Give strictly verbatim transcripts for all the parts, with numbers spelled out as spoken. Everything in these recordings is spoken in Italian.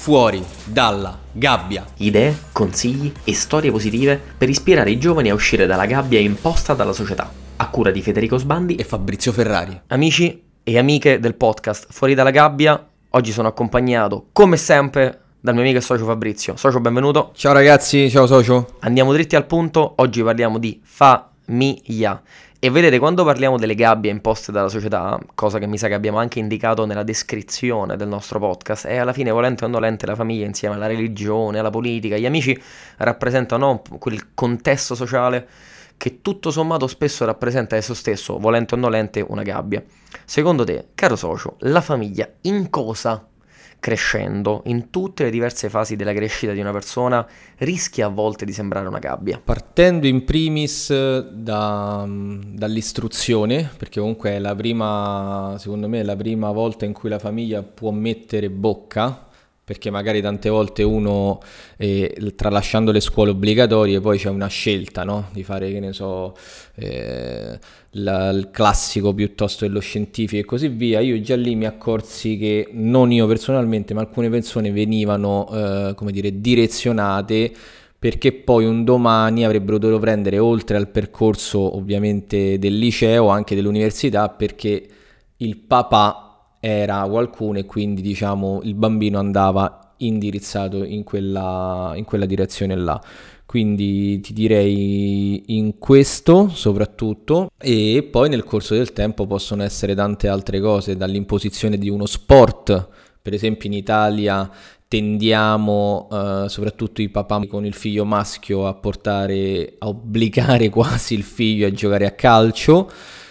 fuori dalla gabbia. Idee, consigli e storie positive per ispirare i giovani a uscire dalla gabbia imposta dalla società. A cura di Federico Sbandi e Fabrizio Ferrari. Amici e amiche del podcast Fuori dalla gabbia, oggi sono accompagnato, come sempre, dal mio amico e socio Fabrizio. Socio, benvenuto. Ciao ragazzi, ciao socio. Andiamo dritti al punto, oggi parliamo di famiglia. E vedete, quando parliamo delle gabbie imposte dalla società, cosa che mi sa che abbiamo anche indicato nella descrizione del nostro podcast, è alla fine, volente o nolente, la famiglia insieme alla religione, alla politica, gli amici rappresentano quel contesto sociale che tutto sommato spesso rappresenta esso stesso, volente o nolente, una gabbia. Secondo te, caro socio, la famiglia in cosa, crescendo, in tutte le diverse fasi della crescita di una persona, rischia a volte di sembrare una gabbia? Partendo in primis da, dall'istruzione, perché comunque è la prima, secondo me è la prima volta in cui la famiglia può mettere bocca, perché magari tante volte uno, eh, tralasciando le scuole obbligatorie, poi c'è una scelta, no? Di fare, che ne so, eh, la, il classico piuttosto che lo scientifico e così via. Io già lì mi accorsi che, non io personalmente, ma alcune persone venivano, eh, come dire, direzionate, perché poi un domani avrebbero dovuto prendere, oltre al percorso ovviamente del liceo, anche dell'università, perché il papà era qualcuno e quindi, diciamo, il bambino andava indirizzato in quella, in quella direzione là. Quindi ti direi in questo soprattutto, e poi nel corso del tempo possono essere tante altre cose, dall'imposizione di uno sport. Per esempio in Italia tendiamo, eh, soprattutto i papà con il figlio maschio, a portare, a obbligare quasi il figlio a giocare a calcio.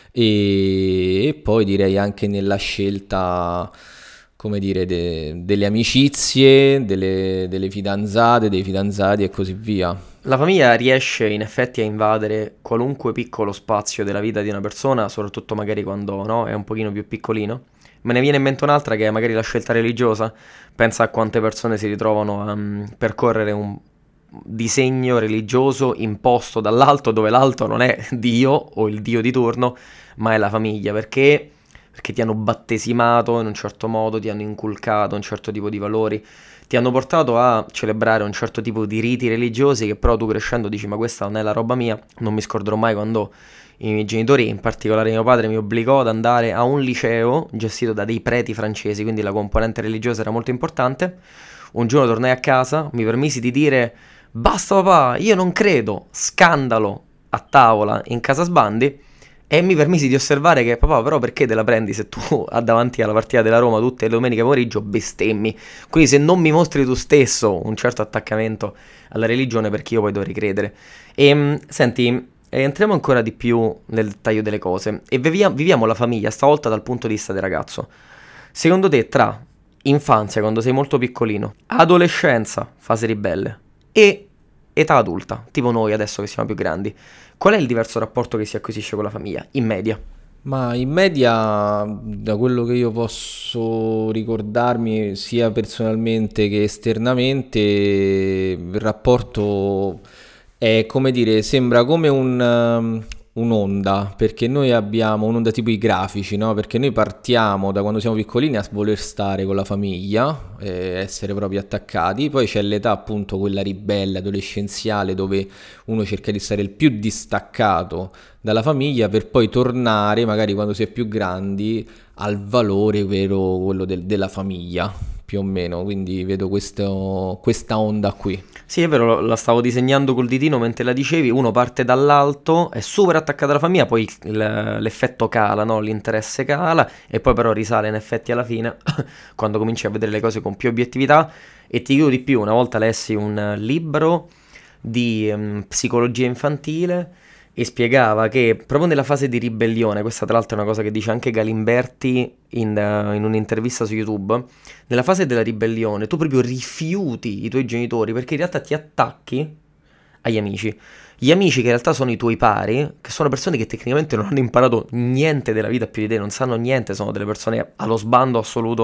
E poi direi anche nella scelta, come dire, de, delle amicizie, delle, delle fidanzate, dei fidanzati e così via. La famiglia riesce in effetti a invadere qualunque piccolo spazio della vita di una persona, soprattutto magari quando, no, è un pochino più piccolino. Me ne viene in mente un'altra, che è magari la scelta religiosa. Pensa a quante persone si ritrovano a um, percorrere un disegno religioso imposto dall'alto, dove l'alto non è Dio o il Dio di turno, ma è la famiglia, perché perché ti hanno battesimato in un certo modo, ti hanno inculcato un certo tipo di valori, ti hanno portato a celebrare un certo tipo di riti religiosi che però tu crescendo dici: ma questa non è la roba mia. Non mi scorderò mai quando i miei genitori, in particolare mio padre, mi obbligò ad andare a un liceo gestito da dei preti francesi, quindi la componente religiosa era molto importante. Un giorno tornai a casa, mi permisi di dire: basta papà, io non credo, scandalo a tavola in casa Sbandi, e mi permisi di osservare che: papà, però perché te la prendi se tu davanti alla partita della Roma tutte le domeniche pomeriggio bestemmi? Quindi se non mi mostri tu stesso un certo attaccamento alla religione, perché io poi dovrei credere? E senti, entriamo ancora di più nel dettaglio delle cose e viviamo, viviamo la famiglia stavolta dal punto di vista del ragazzo. Secondo te, tra infanzia, quando sei molto piccolino, adolescenza, fase ribelle, e età adulta, tipo noi adesso che siamo più grandi, qual è il diverso rapporto che si acquisisce con la famiglia, in media? Ma in media, da quello che io posso ricordarmi, sia personalmente che esternamente, il rapporto è, come dire, sembra come un, um, un'onda, perché noi abbiamo un'onda tipo i grafici, no? Perché noi partiamo da quando siamo piccolini a voler stare con la famiglia, eh, essere proprio attaccati, poi c'è l'età appunto quella ribelle, adolescenziale, dove uno cerca di stare il più distaccato dalla famiglia, per poi tornare magari quando si è più grandi al valore vero, quello del, della famiglia, più o meno. Quindi vedo questo, questa onda qui. Sì, è vero, la stavo disegnando col ditino mentre la dicevi. Uno parte dall'alto, è super attaccato alla famiglia, poi il, l'effetto cala, no? L'interesse cala, e poi però risale in effetti alla fine quando cominci a vedere le cose con più obiettività. E ti dico di più, una volta lessi un libro di um, psicologia infantile e spiegava che proprio nella fase di ribellione, questa tra l'altro è una cosa che dice anche Galimberti in, uh, in un'intervista su YouTube, nella fase della ribellione tu proprio rifiuti i tuoi genitori perché in realtà ti attacchi agli amici. Gli amici che in realtà sono i tuoi pari, che sono persone che tecnicamente non hanno imparato niente della vita più di te, non sanno niente, sono delle persone allo sbando assoluto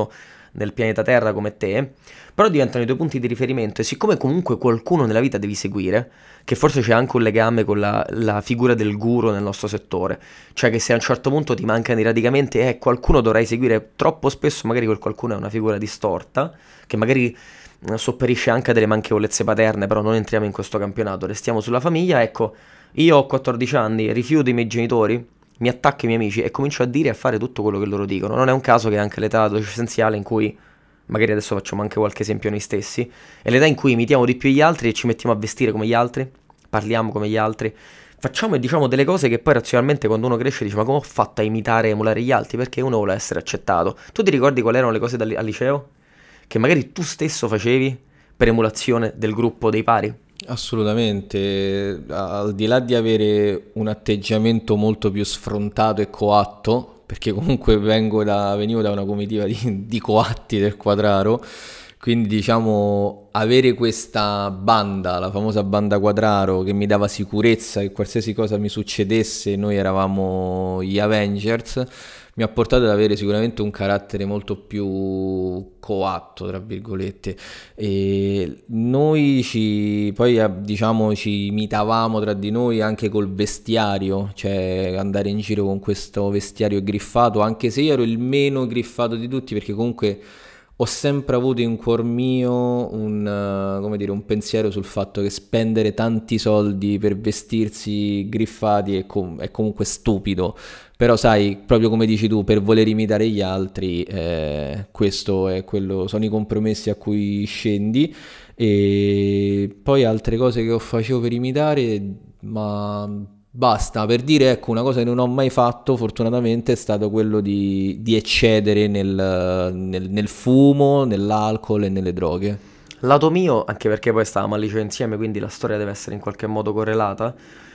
nel pianeta Terra come te, però diventano i tuoi punti di riferimento, e siccome comunque qualcuno nella vita devi seguire, che forse c'è anche un legame con la, la figura del guru nel nostro settore, cioè che se a un certo punto ti mancano i radicamenti, eh, qualcuno dovrai seguire. Troppo spesso magari quel qualcuno è una figura distorta, che magari eh, sopperisce anche a delle manchevolezze paterne, però non entriamo in questo campionato, restiamo sulla famiglia. Ecco, io ho quattordici anni, rifiuto i miei genitori, mi attacco ai miei amici e comincio a dire e a fare tutto quello che loro dicono. Non è un caso che anche l'età adolescenziale in cui, magari adesso facciamo anche qualche esempio noi stessi, è l'età in cui imitiamo di più gli altri e ci mettiamo a vestire come gli altri, parliamo come gli altri, facciamo e diciamo delle cose che poi razionalmente quando uno cresce dice: ma come ho fatto a imitare e emulare gli altri? Perché uno vuole essere accettato. Tu ti ricordi quali erano le cose dal- al liceo? Che magari tu stesso facevi per emulazione del gruppo dei pari? Assolutamente, al di là di avere un atteggiamento molto più sfrontato e coatto, perché comunque vengo da, venivo da una comitiva di, di coatti del Quadraro, quindi diciamo avere questa banda, la famosa banda Quadraro, che mi dava sicurezza che qualsiasi cosa mi succedesse, noi eravamo gli Avengers, mi ha portato ad avere sicuramente un carattere molto più coatto, tra virgolette. E noi ci, poi eh, diciamo ci imitavamo tra di noi anche col vestiario, cioè andare in giro con questo vestiario griffato, anche se io ero il meno griffato di tutti, perché comunque ho sempre avuto in cuor mio un, eh, come dire, un pensiero sul fatto che spendere tanti soldi per vestirsi griffati è, com- è comunque stupido. Però sai, proprio come dici tu, per voler imitare gli altri, eh, questo è quello, sono i compromessi a cui scendi. E poi altre cose che ho facevo per imitare, ma basta. Per dire, ecco, una cosa che non ho mai fatto, fortunatamente, è stato quello di, di eccedere nel, nel- nel fumo, nell'alcol e nelle droghe. Lato mio, anche perché poi stavamo al liceo insieme, quindi la storia deve essere in qualche modo correlata.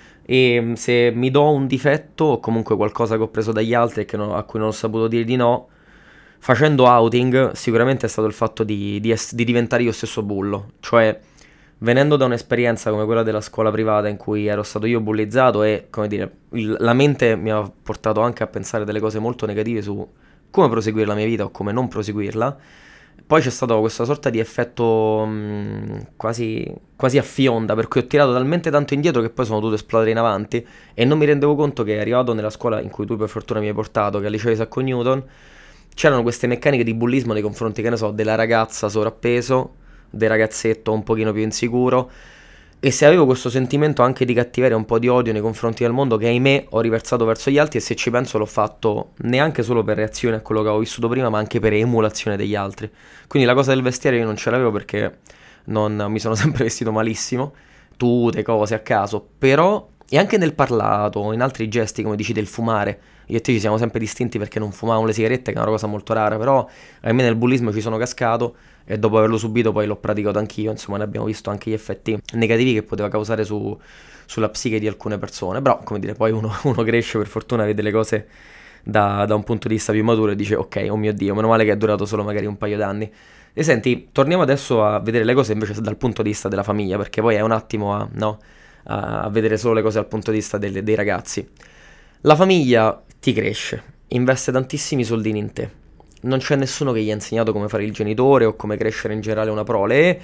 E mm, se mi do un difetto o comunque qualcosa che ho preso dagli altri e che non- a cui non ho saputo dire di no, facendo outing, sicuramente è stato il fatto di, di ess- di diventare io stesso bullo. Cioè, venendo da un'esperienza come quella della scuola privata in cui ero stato io bullizzato e, come dire, il- la mente mi ha portato anche a pensare delle cose molto negative su come proseguire la mia vita o come non proseguirla. Poi c'è stato questa sorta di effetto mh, quasi, quasi a fionda, per cui ho tirato talmente tanto indietro che poi sono dovuto esplodere in avanti e non mi rendevo conto che arrivato nella scuola in cui tu per fortuna mi hai portato, che è il liceo di Sacco Newton, c'erano queste meccaniche di bullismo nei confronti, che ne so, della ragazza sovrappeso, del ragazzetto un pochino più insicuro. E se avevo questo sentimento anche di cattiveria, un po' di odio nei confronti del mondo, che ahimè ho riversato verso gli altri, e se ci penso l'ho fatto neanche solo per reazione a quello che avevo vissuto prima, ma anche per emulazione degli altri. Quindi la cosa del vestiario io non ce l'avevo perché non, mi sono sempre vestito malissimo, tute, cose a caso, però, e anche nel parlato, in altri gesti, come dici del fumare, io e te ci siamo sempre distinti perché non fumavamo le sigarette, che è una cosa molto rara, però a me nel bullismo ci sono cascato e dopo averlo subito poi l'ho praticato anch'io, insomma ne abbiamo visto anche gli effetti negativi che poteva causare su, sulla psiche di alcune persone, però come dire, poi uno, uno cresce, per fortuna vede le cose da, da un punto di vista più maturo e dice ok, oh mio Dio, meno male che è durato solo magari un paio d'anni. E senti, torniamo adesso a vedere le cose invece dal punto di vista della famiglia, perché poi è un attimo a, no, a, a vedere solo le cose dal punto di vista delle- dei ragazzi. La famiglia ti cresce, investe tantissimi soldini in te. Non c'è nessuno che gli ha insegnato come fare il genitore o come crescere in generale una prole,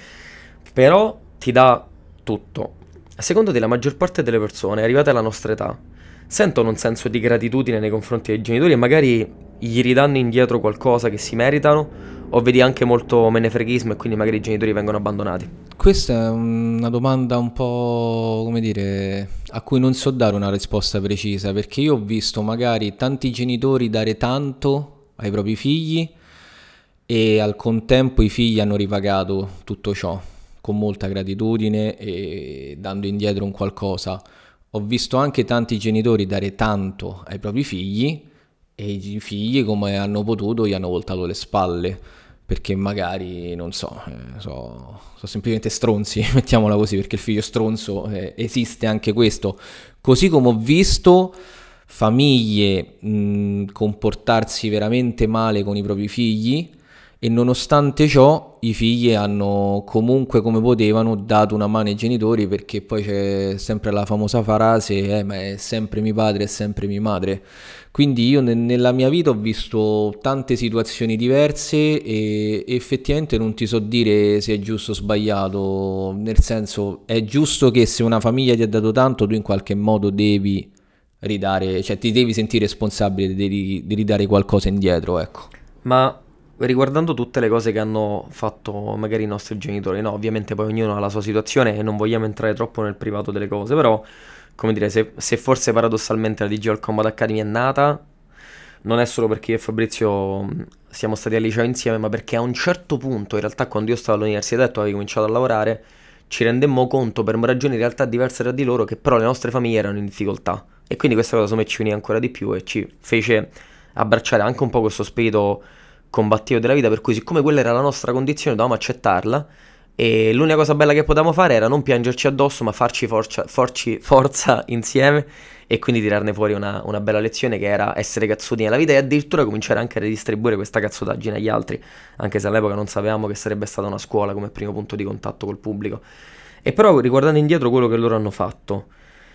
però ti dà tutto. Secondo te la maggior parte delle persone, arrivate alla nostra età, sentono un senso di gratitudine nei confronti dei genitori e magari gli ridanno indietro qualcosa che si meritano? O vedi anche molto menefreghismo e quindi magari i genitori vengono abbandonati? Questa è una domanda un po', come dire, a cui non so dare una risposta precisa, perché io ho visto magari tanti genitori dare tanto ai propri figli e al contempo i figli hanno ripagato tutto ciò con molta gratitudine e dando indietro un qualcosa. Ho visto anche tanti genitori dare tanto ai propri figli e i figli, come hanno potuto, gli hanno voltato le spalle perché magari, non so, eh, so, so semplicemente stronzi, mettiamola così, perché il figlio stronzo eh, esiste anche questo. Così come ho visto famiglie mh, comportarsi veramente male con i propri figli e nonostante ciò i figli hanno comunque come potevano dato una mano ai genitori, perché poi c'è sempre la famosa frase, eh, ma è sempre mio padre, è sempre mia madre. Quindi io ne- nella mia vita ho visto tante situazioni diverse e effettivamente non ti so dire se è giusto o sbagliato, nel senso è giusto che se una famiglia ti ha dato tanto tu in qualche modo devi ridare, cioè ti devi sentire responsabile di, di ridare qualcosa indietro, ecco. Ma riguardando tutte le cose che hanno fatto magari i nostri genitori, no, ovviamente poi ognuno ha la sua situazione e non vogliamo entrare troppo nel privato delle cose, però, come dire, se, se forse paradossalmente la Digital Combat Academy è nata, non è solo perché io e Fabrizio mh, siamo stati al liceo insieme, ma perché a un certo punto, in realtà quando io stavo all'università e tu avevi cominciato a lavorare, ci rendemmo conto per ragioni in realtà diverse tra di loro che però le nostre famiglie erano in difficoltà. E quindi questa cosa secondo me ci unì ancora di più e ci fece abbracciare anche un po' questo spirito combattivo della vita, per cui siccome quella era la nostra condizione dovevamo accettarla e l'unica cosa bella che potevamo fare era non piangerci addosso ma farci forza, forci- forza insieme e quindi tirarne fuori una, una bella lezione che era essere cazzuti nella vita e addirittura cominciare anche a redistribuire questa cazzotaggine agli altri, anche se all'epoca non sapevamo che sarebbe stata una scuola come primo punto di contatto col pubblico. E però riguardando indietro quello che loro hanno fatto,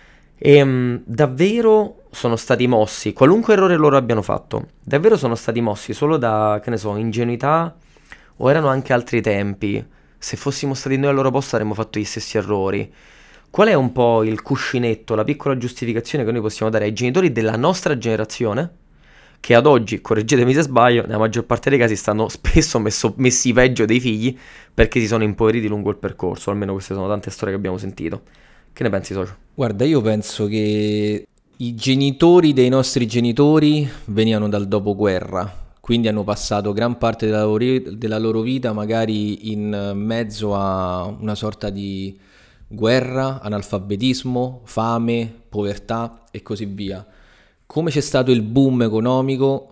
e davvero sono stati mossi, qualunque errore loro abbiano fatto, davvero sono stati mossi solo da, che ne so, ingenuità o erano anche altri tempi? Se fossimo stati noi al loro posto avremmo fatto gli stessi errori. Qual è un po' il cuscinetto, la piccola giustificazione che noi possiamo dare ai genitori della nostra generazione? Che ad oggi, correggetemi se sbaglio, nella maggior parte dei casi stanno spesso messo- messi peggio dei figli perché si sono impoveriti lungo il percorso, almeno queste sono tante storie che abbiamo sentito. Che ne pensi, socio? Guarda, io penso che i genitori dei nostri genitori venivano dal dopoguerra, quindi hanno passato gran parte della loro, della loro vita magari in mezzo a una sorta di guerra, analfabetismo, fame, povertà e così via. Come c'è stato il boom economico,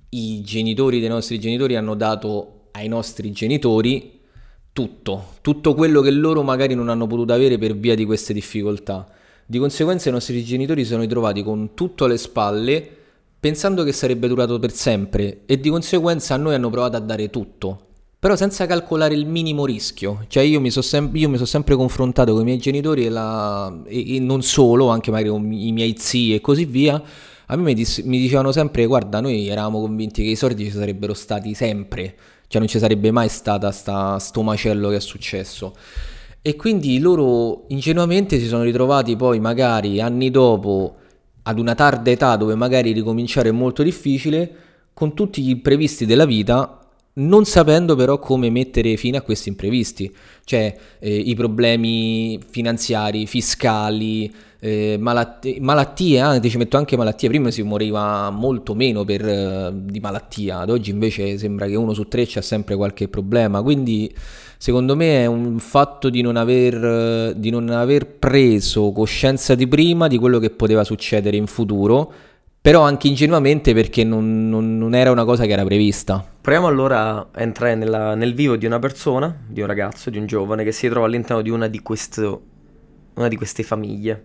i genitori dei nostri genitori hanno dato ai nostri genitori tutto, tutto quello che loro magari non hanno potuto avere per via di queste difficoltà. Di conseguenza i nostri genitori si sono ritrovati con tutto alle spalle pensando che sarebbe durato per sempre e di conseguenza a noi hanno provato a dare tutto, però senza calcolare il minimo rischio. Cioè io mi sono sem- io mi sono sempre confrontato con i miei genitori e, la- e- e non solo, anche magari con i miei zii e così via. A me mi, dis- mi dicevano sempre, guarda, noi eravamo convinti che i soldi ci sarebbero stati sempre, cioè non ci sarebbe mai stata sta, sto macello che è successo. E quindi loro ingenuamente si sono ritrovati poi magari anni dopo, ad una tarda età dove magari ricominciare è molto difficile, con tutti gli imprevisti della vita, non sapendo però come mettere fine a questi imprevisti, cioè eh, i problemi finanziari, fiscali, eh, malatti- malattie, anche, ci metto anche malattie, prima si moriva molto meno per, eh, di malattia, ad oggi invece sembra che uno su tre c'ha sempre qualche problema, quindi secondo me è un fatto di non aver, di non aver preso coscienza di prima di quello che poteva succedere in futuro, però anche ingenuamente perché non, non- non era una cosa che era prevista. Proviamo allora a entrare nella- nel vivo di una persona, di un ragazzo, di un giovane che si trova all'interno di una di, questo- una di queste famiglie.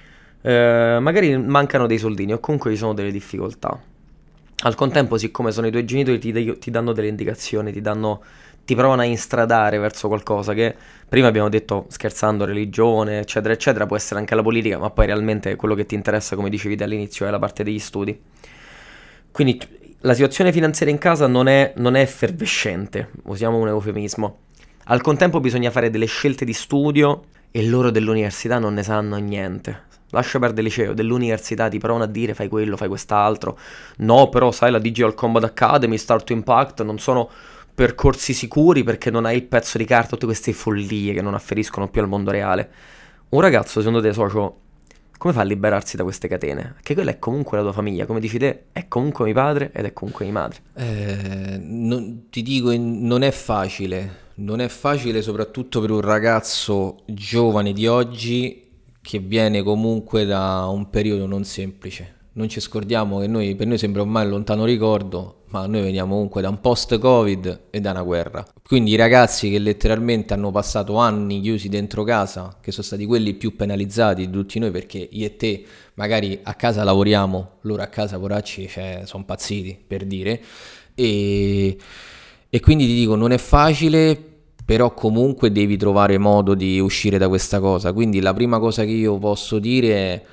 Eh, magari mancano dei soldini o comunque ci sono delle difficoltà. Al contempo, siccome sono i tuoi genitori, ti, dai- ti danno delle indicazioni, ti danno, ti provano a instradare verso qualcosa che prima abbiamo detto, scherzando, religione, eccetera, eccetera, può essere anche la politica, ma poi realmente quello che ti interessa, come dicevi dall'inizio, è la parte degli studi. Quindi la situazione finanziaria in casa non è, non è effervescente, usiamo un eufemismo. Al contempo bisogna fare delle scelte di studio e loro dell'università non ne sanno niente. Lascia perdere il liceo, dell'università ti provano a dire fai quello, fai quest'altro. No, però sai, la Digital Combat Academy, Start to Impact non sono percorsi sicuri perché non hai il pezzo di carta, tutte queste follie che non afferiscono più al mondo reale. Un ragazzo, secondo te, socio, come fa a liberarsi da queste catene? Che quella è comunque la tua famiglia, come dici te, è comunque mio padre ed è comunque mia madre. Eh, non- ti dico, in- non è facile, non è facile soprattutto per un ragazzo giovane di oggi che viene comunque da un periodo non semplice. Non ci scordiamo che noi, per noi sembra ormai un lontano ricordo, ma noi veniamo comunque da un post-Covid e da una guerra. Quindi i ragazzi che letteralmente hanno passato anni chiusi dentro casa, che sono stati quelli più penalizzati di tutti noi perché io e te magari a casa lavoriamo, loro a casa poracci cioè, sono pazziti per dire, e, E quindi ti dico, non è facile, però comunque devi trovare modo di uscire da questa cosa. Quindi la prima cosa che io posso dire è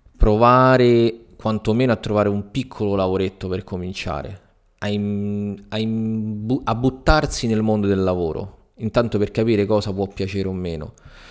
provare quantomeno a trovare un piccolo lavoretto per cominciare, a, im- a im- bu- a buttarsi nel mondo del lavoro, intanto per capire cosa può piacere o meno.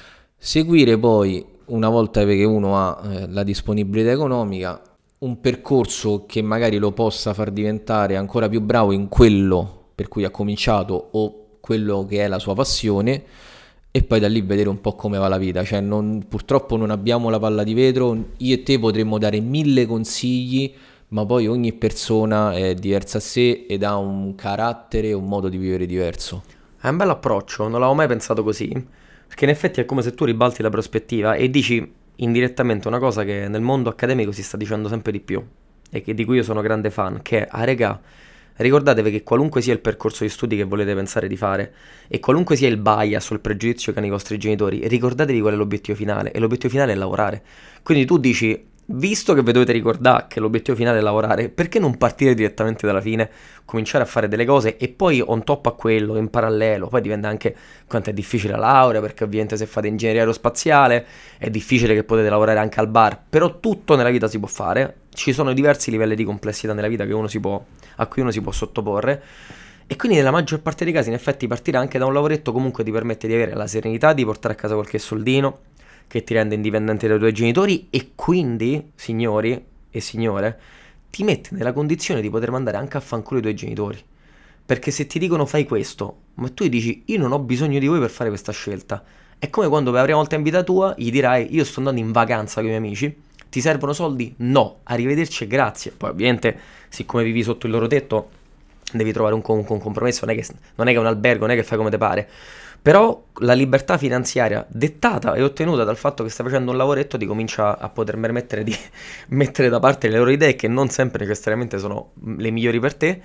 Seguire poi, una volta che uno ha eh, la disponibilità economica, un percorso che magari lo possa far diventare ancora più bravo in quello per cui ha cominciato o quello che è la sua passione, e poi da lì vedere un po' come va la vita. Cioè, non- purtroppo non abbiamo la palla di vetro, io e te potremmo dare mille consigli, ma poi ogni persona è diversa a sé ed ha un carattere e un modo di vivere diverso. È un bel approccio, non l'avevo mai pensato così, perché in effetti è come se tu ribalti la prospettiva e dici indirettamente una cosa che nel mondo accademico si sta dicendo sempre di più e che- di cui io sono grande fan, che è, ah regà, ricordatevi che qualunque sia il percorso di studi che volete pensare di fare e qualunque sia il bias o il pregiudizio che hanno i vostri genitori, ricordatevi qual è l'obiettivo finale e l'obiettivo finale è lavorare. Quindi tu dici, visto che vi dovete ricordare che l'obiettivo finale è lavorare, perché non partire direttamente dalla fine, cominciare a fare delle cose e poi on top a quello, in parallelo, poi dipende anche quanto è difficile la laurea, perché ovviamente se fate ingegneria aerospaziale è difficile che potete lavorare anche al bar, però tutto nella vita si può fare, ci sono diversi livelli di complessità nella vita che uno si può, a cui uno si può sottoporre. E quindi nella maggior parte dei casi in effetti partire anche da un lavoretto comunque ti permette di avere la serenità di portare a casa qualche soldino che ti rende indipendente dai tuoi genitori e quindi, signori e signore, ti mette nella condizione di poter mandare anche a fanculo i tuoi genitori. Perché se ti dicono fai questo, ma tu gli dici io non ho bisogno di voi per fare questa scelta. È come quando per la prima volta in vita tua gli dirai io sto andando in vacanza con i miei amici, ti servono soldi? No, arrivederci e grazie. Poi ovviamente, siccome vivi sotto il loro tetto, devi trovare un, un, un compromesso, non è, che, non è che è un albergo, non è che fai come te pare. Però la libertà finanziaria dettata e ottenuta dal fatto che stai facendo un lavoretto ti comincia a poter permettere di mettere da parte le loro idee che non sempre necessariamente sono le migliori per te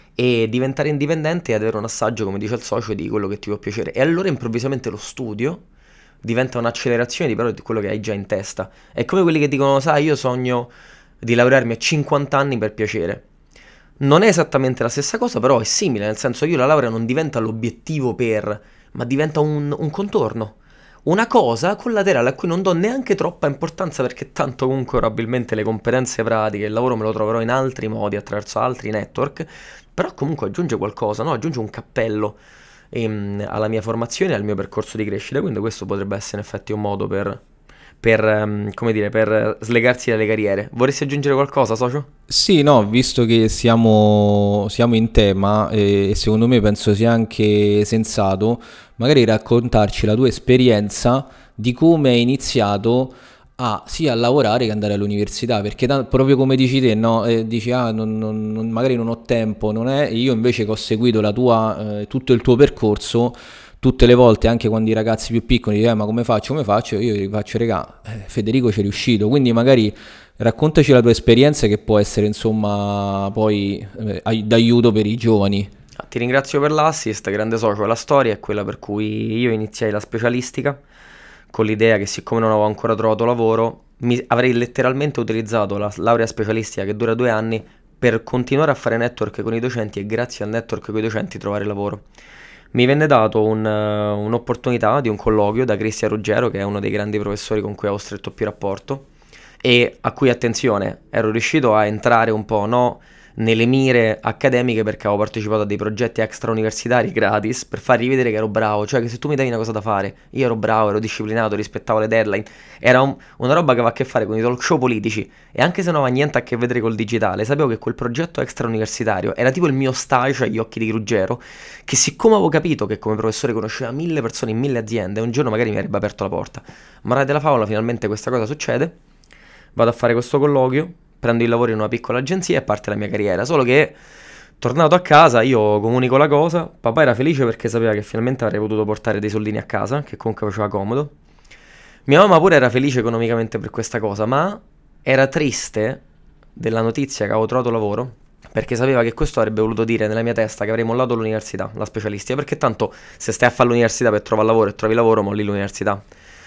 e diventare indipendente e avere un assaggio, come dice il socio, di quello che ti può piacere. E allora improvvisamente lo studio diventa un'accelerazione di, però, di quello che hai già in testa. È come quelli che dicono, sai, io sogno di laurearmi a cinquanta anni per piacere. Non è esattamente la stessa cosa, però è simile, nel senso io la laurea non diventa l'obiettivo per, ma diventa un, un contorno. Una cosa collaterale a cui non do neanche troppa importanza perché tanto comunque probabilmente le competenze pratiche, il lavoro me lo troverò in altri modi, attraverso altri network, però comunque aggiunge qualcosa, no? Aggiunge un cappello ehm, alla mia formazione e al mio percorso di crescita, quindi questo potrebbe essere in effetti un modo per, per, ehm, come dire, per slegarsi dalle carriere. Vorresti aggiungere qualcosa, socio? Sì, no, visto che siamo, siamo in tema eh, e secondo me penso sia anche sensato, magari raccontarci la tua esperienza di come hai iniziato a sia a lavorare che andare all'università, perché ta- proprio come dici te, no? Eh, dici, ah, non- non- non- magari non ho tempo, non è? Io invece che ho seguito la tua, eh, tutto il tuo percorso, tutte le volte, anche quando i ragazzi più piccoli dicono, eh, ma come faccio, come faccio? Io gli faccio, regà, eh, Federico ci è riuscito, quindi magari raccontaci la tua esperienza che può essere insomma poi eh, ai- d'aiuto per i giovani. Ah, ti ringrazio per l'assist, grande socio. La storia è quella per cui io iniziai la specialistica con l'idea che siccome non avevo ancora trovato lavoro, mi avrei letteralmente utilizzato la laurea specialistica che dura due anni per continuare a fare network con i docenti e grazie al network con i docenti trovare lavoro. Mi venne dato un, eh, un'opportunità di un colloquio da Cristian Ruggero, che è uno dei grandi professori con cui ho stretto più rapporto e a cui, attenzione, ero riuscito a entrare un po', no, nelle mire accademiche perché avevo partecipato a dei progetti extrauniversitari gratis per fargli vedere che ero bravo, cioè che se tu mi davi una cosa da fare, io ero bravo, ero disciplinato, rispettavo le deadline, era un- una roba che aveva a che fare con i talk show politici e anche se non aveva niente a che vedere col digitale, sapevo che quel progetto extrauniversitario era tipo il mio stage agli occhi di Ruggero, che siccome avevo capito che come professore conosceva mille persone in mille aziende, un giorno magari mi avrebbe aperto la porta. Ma della favola, finalmente questa cosa succede, vado a fare questo colloquio, prendo il lavoro in una piccola agenzia e parte la mia carriera. Solo che, tornato a casa, io comunico la cosa. Papà era felice perché sapeva che finalmente avrei potuto portare dei soldini a casa, che comunque faceva comodo. Mia mamma pure era felice economicamente per questa cosa, ma era triste della notizia che avevo trovato lavoro, perché sapeva che questo avrebbe voluto dire nella mia testa che avrei mollato l'università, la specialistica, perché tanto se stai a fare l'università per trovare lavoro e trovi lavoro, molli l'università.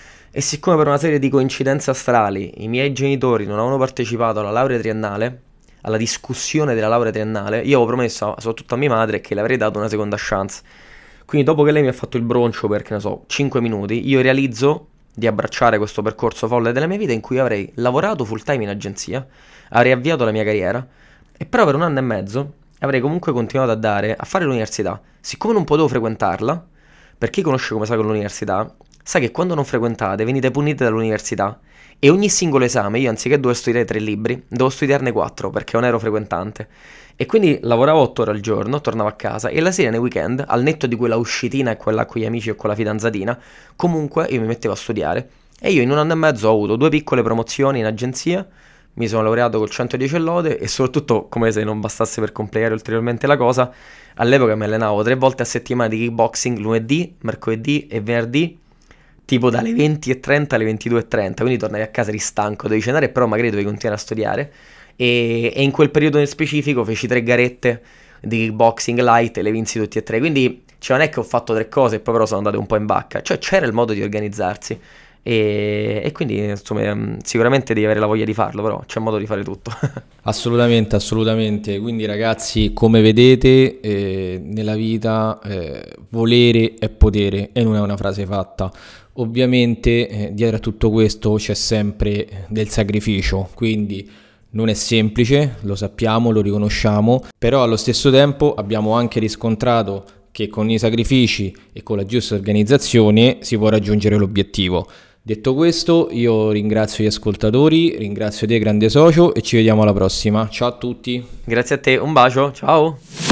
E siccome per una serie di coincidenze astrali i miei genitori non avevano partecipato alla laurea triennale, alla discussione della laurea triennale, io avevo promesso soprattutto a mia madre che le avrei dato una seconda chance. Quindi dopo che lei mi ha fatto il broncio per, che ne so, cinque minuti, io realizzo di abbracciare questo percorso folle della mia vita in cui avrei lavorato full time in agenzia, avrei avviato la mia carriera e però per un anno e mezzo avrei comunque continuato a dare, a fare l'università. Siccome non potevo frequentarla, per chi conosce come sa con l'università, sa che quando non frequentate venite punite dall'università e ogni singolo esame, io anziché dover studiare tre libri, dovevo studiarne quattro perché non ero frequentante. E quindi lavoravo otto ore al giorno, tornavo a casa e la sera nei weekend, al netto di quella uscitina e quella con gli amici o con la fidanzatina, comunque io mi mettevo a studiare. E io in un anno e mezzo ho avuto due piccole promozioni in agenzia, mi sono laureato col centodieci e lode e soprattutto, come se non bastasse per complicare ulteriormente la cosa, all'epoca mi allenavo tre volte a settimana di kickboxing, lunedì, mercoledì e venerdì, tipo dalle venti e trenta alle ventidue e trenta, quindi tornavi a casa ristanco, dovevi cenare, però magari dovevi continuare a studiare. E, e in quel periodo nel specifico feci tre garette di kickboxing light e le vinsi tutti e tre, quindi cioè, non è che ho fatto tre cose e poi però sono andate un po' in bacca, cioè c'era il modo di organizzarsi e, e quindi insomma sicuramente devi avere la voglia di farlo, però c'è modo di fare tutto. Assolutamente, assolutamente. Quindi ragazzi, come vedete, eh, nella vita eh, volere è potere e non è una frase fatta. Ovviamente eh, dietro a tutto questo c'è sempre del sacrificio, quindi non è semplice, lo sappiamo, lo riconosciamo, però allo stesso tempo abbiamo anche riscontrato che con i sacrifici e con la giusta organizzazione si può raggiungere l'obiettivo. Detto questo, io ringrazio gli ascoltatori, ringrazio te grande socio e ci vediamo alla prossima. Ciao a tutti. Grazie a te, un bacio, ciao.